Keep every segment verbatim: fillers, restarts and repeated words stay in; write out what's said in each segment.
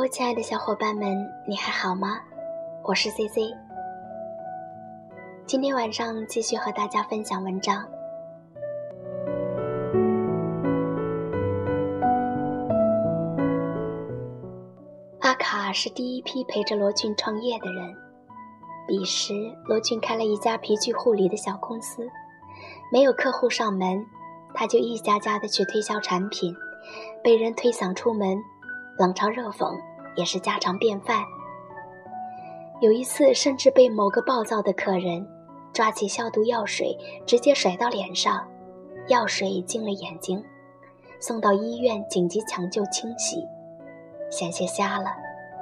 亲爱的小伙伴们，你还好吗？我是 C C。 今天晚上继续和大家分享文章。阿卡是第一批陪着罗俊创业的人。彼时罗俊开了一家皮具护理的小公司，没有客户上门，他就一家家的去推销产品，被人推搡出门，冷嘲热讽也是家常便饭。有一次甚至被某个暴躁的客人抓起消毒药水直接甩到脸上，药水进了眼睛，送到医院紧急抢救清洗，险些瞎了。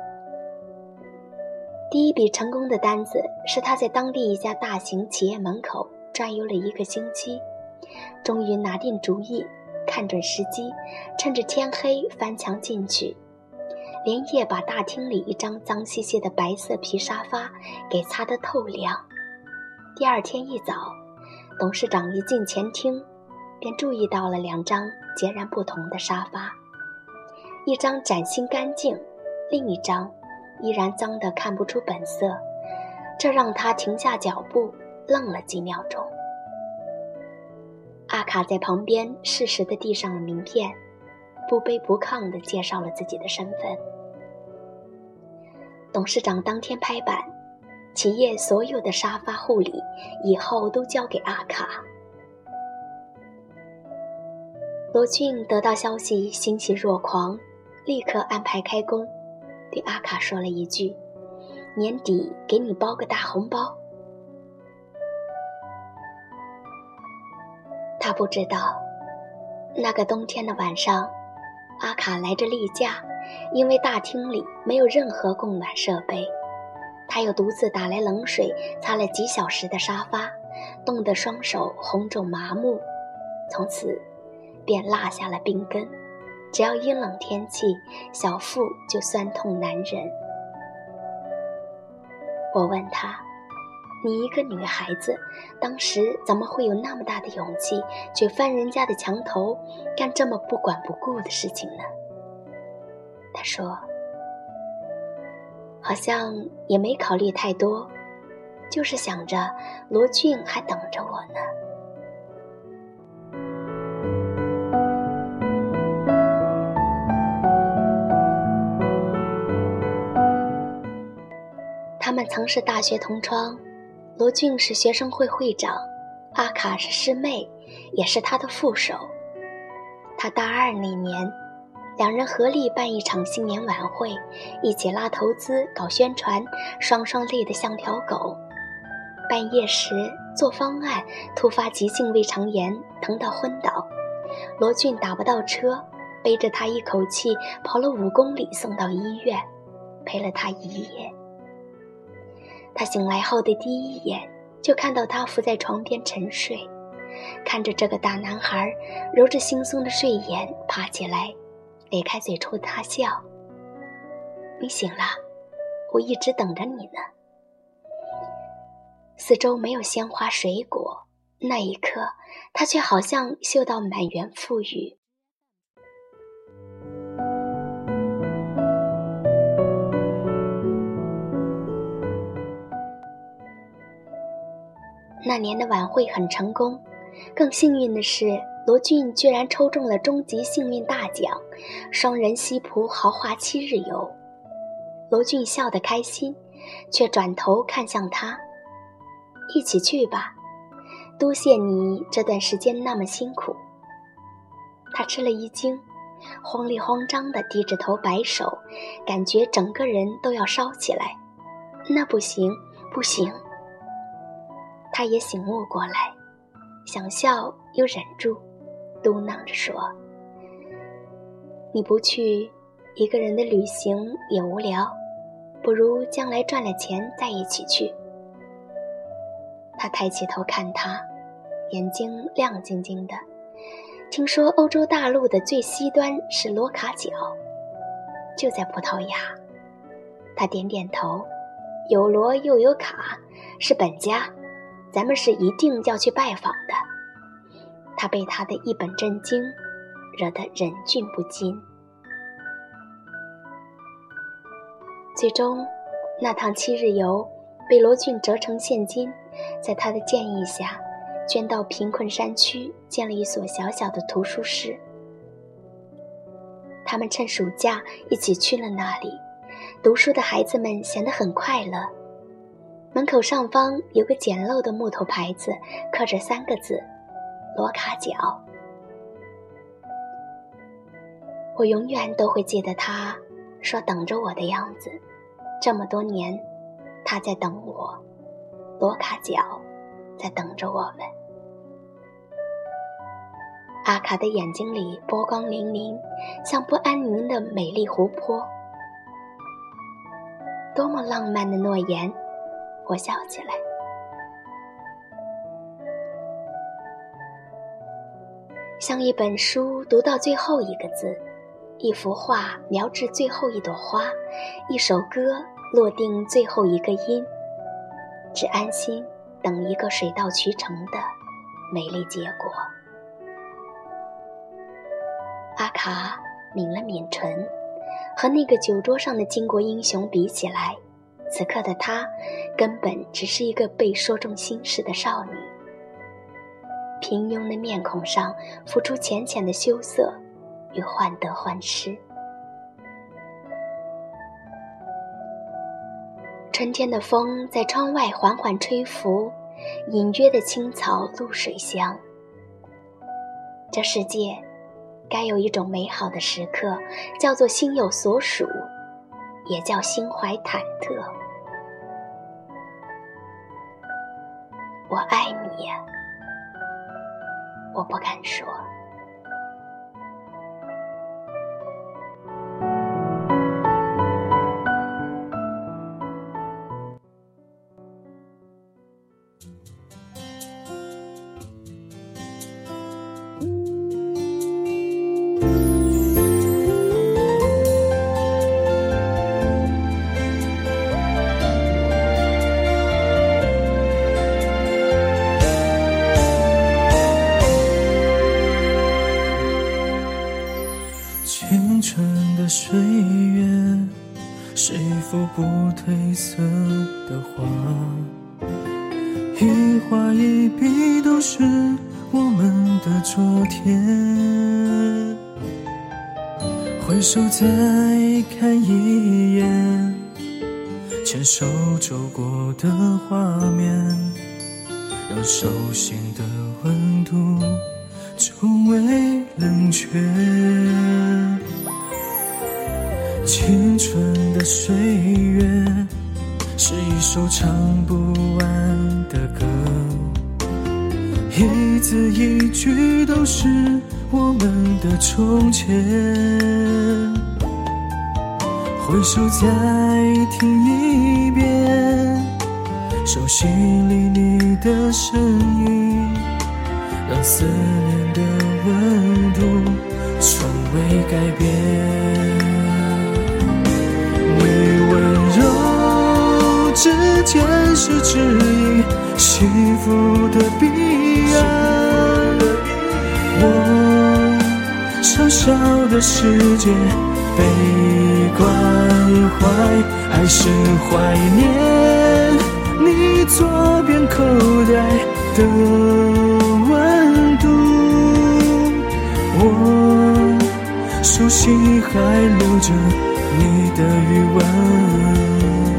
第一笔成功的单子是他在当地一家大型企业门口转悠了一个星期，终于拿定主意，看准时机，趁着天黑翻墙进去，连夜把大厅里一张脏兮兮的白色皮沙发给擦得透亮。第二天一早，董事长一进前厅，便注意到了两张截然不同的沙发，一张崭新干净，另一张依然脏得看不出本色，这让他停下脚步，愣了几秒钟。阿卡在旁边适时地递上了名片，不卑不亢地介绍了自己的身份。董事长当天拍板，企业所有的沙发护理以后都交给阿卡。罗俊得到消息欣喜若狂，立刻安排开工，对阿卡说了一句：年底给你包个大红包。他不知道，那个冬天的晚上，阿卡来着例假，因为大厅里没有任何供暖设备，他又独自打来冷水擦了几小时的沙发，冻得双手红肿麻木，从此便落下了病根，只要阴冷天气，小腹就酸痛难忍。我问他，你一个女孩子，当时怎么会有那么大的勇气去翻人家的墙头，干这么不管不顾的事情呢？他说，好像也没考虑太多，就是想着罗俊还等着我呢。他们曾是大学同窗，罗俊是学生会会长，阿卡是师妹，也是他的副手。他大二那年，两人合力办一场新年晚会，一起拉投资搞宣传，双双累得像条狗。半夜时做方案，突发急性胃肠炎，疼到昏倒。罗俊打不到车，背着他一口气跑了五公里送到医院，陪了他一夜。他醒来后的第一眼就看到他伏在床边沉睡，看着这个大男孩揉着惺忪的睡眼爬起来，咧开嘴冲他笑。你醒了，我一直等着你呢。四周没有鲜花水果，那一刻他却好像嗅到满园馥郁。那年的晚会很成功，更幸运的是，罗俊居然抽中了终极幸运大奖，双人西葡豪华七日游。罗俊笑得开心，却转头看向他，一起去吧，多谢你这段时间那么辛苦。他吃了一惊，慌里慌张地低着头摆手，感觉整个人都要烧起来。那不行，不行。他也醒悟过来，想笑又忍住，嘟囔着说，你不去，一个人的旅行也无聊，不如将来赚了钱再一起去。他抬起头看他，眼睛亮晶晶的。听说欧洲大陆的最西端是罗卡角，就在葡萄牙。他点点头，有罗又有卡，是本家，咱们是一定要去拜访的。他被他的一本正经惹得忍俊不禁。 最终那趟七日游被罗俊折成现金，在他的建议下捐到贫困山区，建了一所小小的图书室。他们趁暑假一起去了那里，读书的孩子们显得很快乐。门口上方有个简陋的木头牌子，刻着三个字：罗卡角。我永远都会记得他说等着我的样子，这么多年他在等我，罗卡角在等着我们。阿卡的眼睛里波光粼粼，像不安宁的美丽湖泊。多么浪漫的诺言，我笑起来。像一本书读到最后一个字，一幅画描制最后一朵花，一首歌落定最后一个音，只安心等一个水到渠成的美丽结果。阿卡抿了抿唇，和那个酒桌上的巾帼英雄比起来，此刻的她根本只是一个被说中心事的少女。平庸的面孔上浮出浅浅的羞涩与患得患失。春天的风在窗外缓缓吹拂，隐约的青草露水香。这世界该有一种美好的时刻，叫做心有所属，也叫心怀忐忑。我爱你呀，我不敢说。 青春的岁月是一幅不褪色的画，一画一笔都是我们的昨天。回首再看一眼，牵手走过的画面，让手心的温度从未冷却。青春的岁月是一首唱不完的歌，一字一句都是我们的从前。回首再听一遍，手心里你的声音，让思念的温度从未改变。你温柔之间是指引幸福的彼岸，我小小的世界被关怀，还是怀念你左边口袋的温度，我手心还留着你的余温。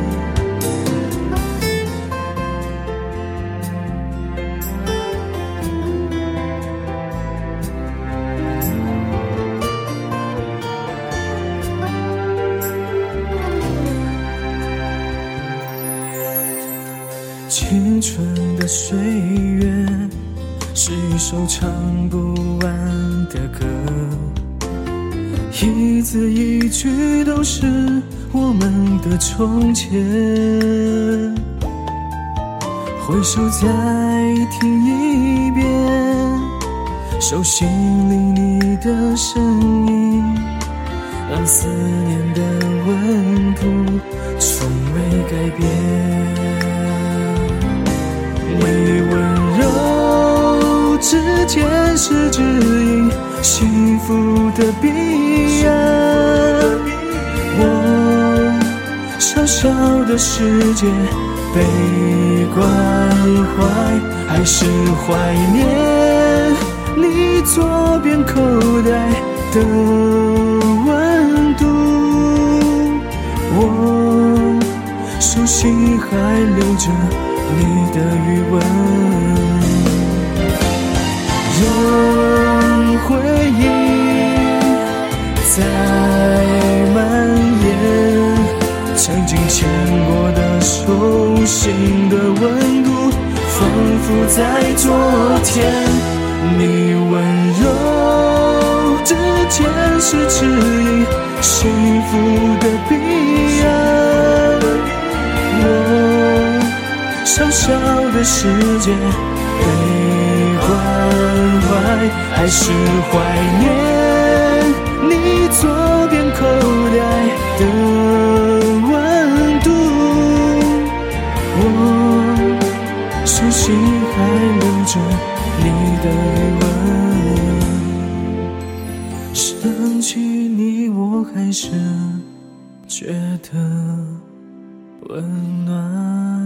青春的岁月是一首唱不完的歌，一字一句都是我们的从前。回首再听一遍，手心里你的声音，让思念的温度从未改变。你温柔之间是指引幸福的彼岸，我小嘲笑的世界，被关怀还是怀念你左边口袋的温度，我手心还留着你的余温，让回忆在蔓延，曾经牵过的手心的温度，仿佛在昨天。你温柔之间是指引幸福的彼岸，我小小的世界，被关怀还是怀念你左边口袋的温度，我手心还留着你的余温，想起你我还是觉得温暖。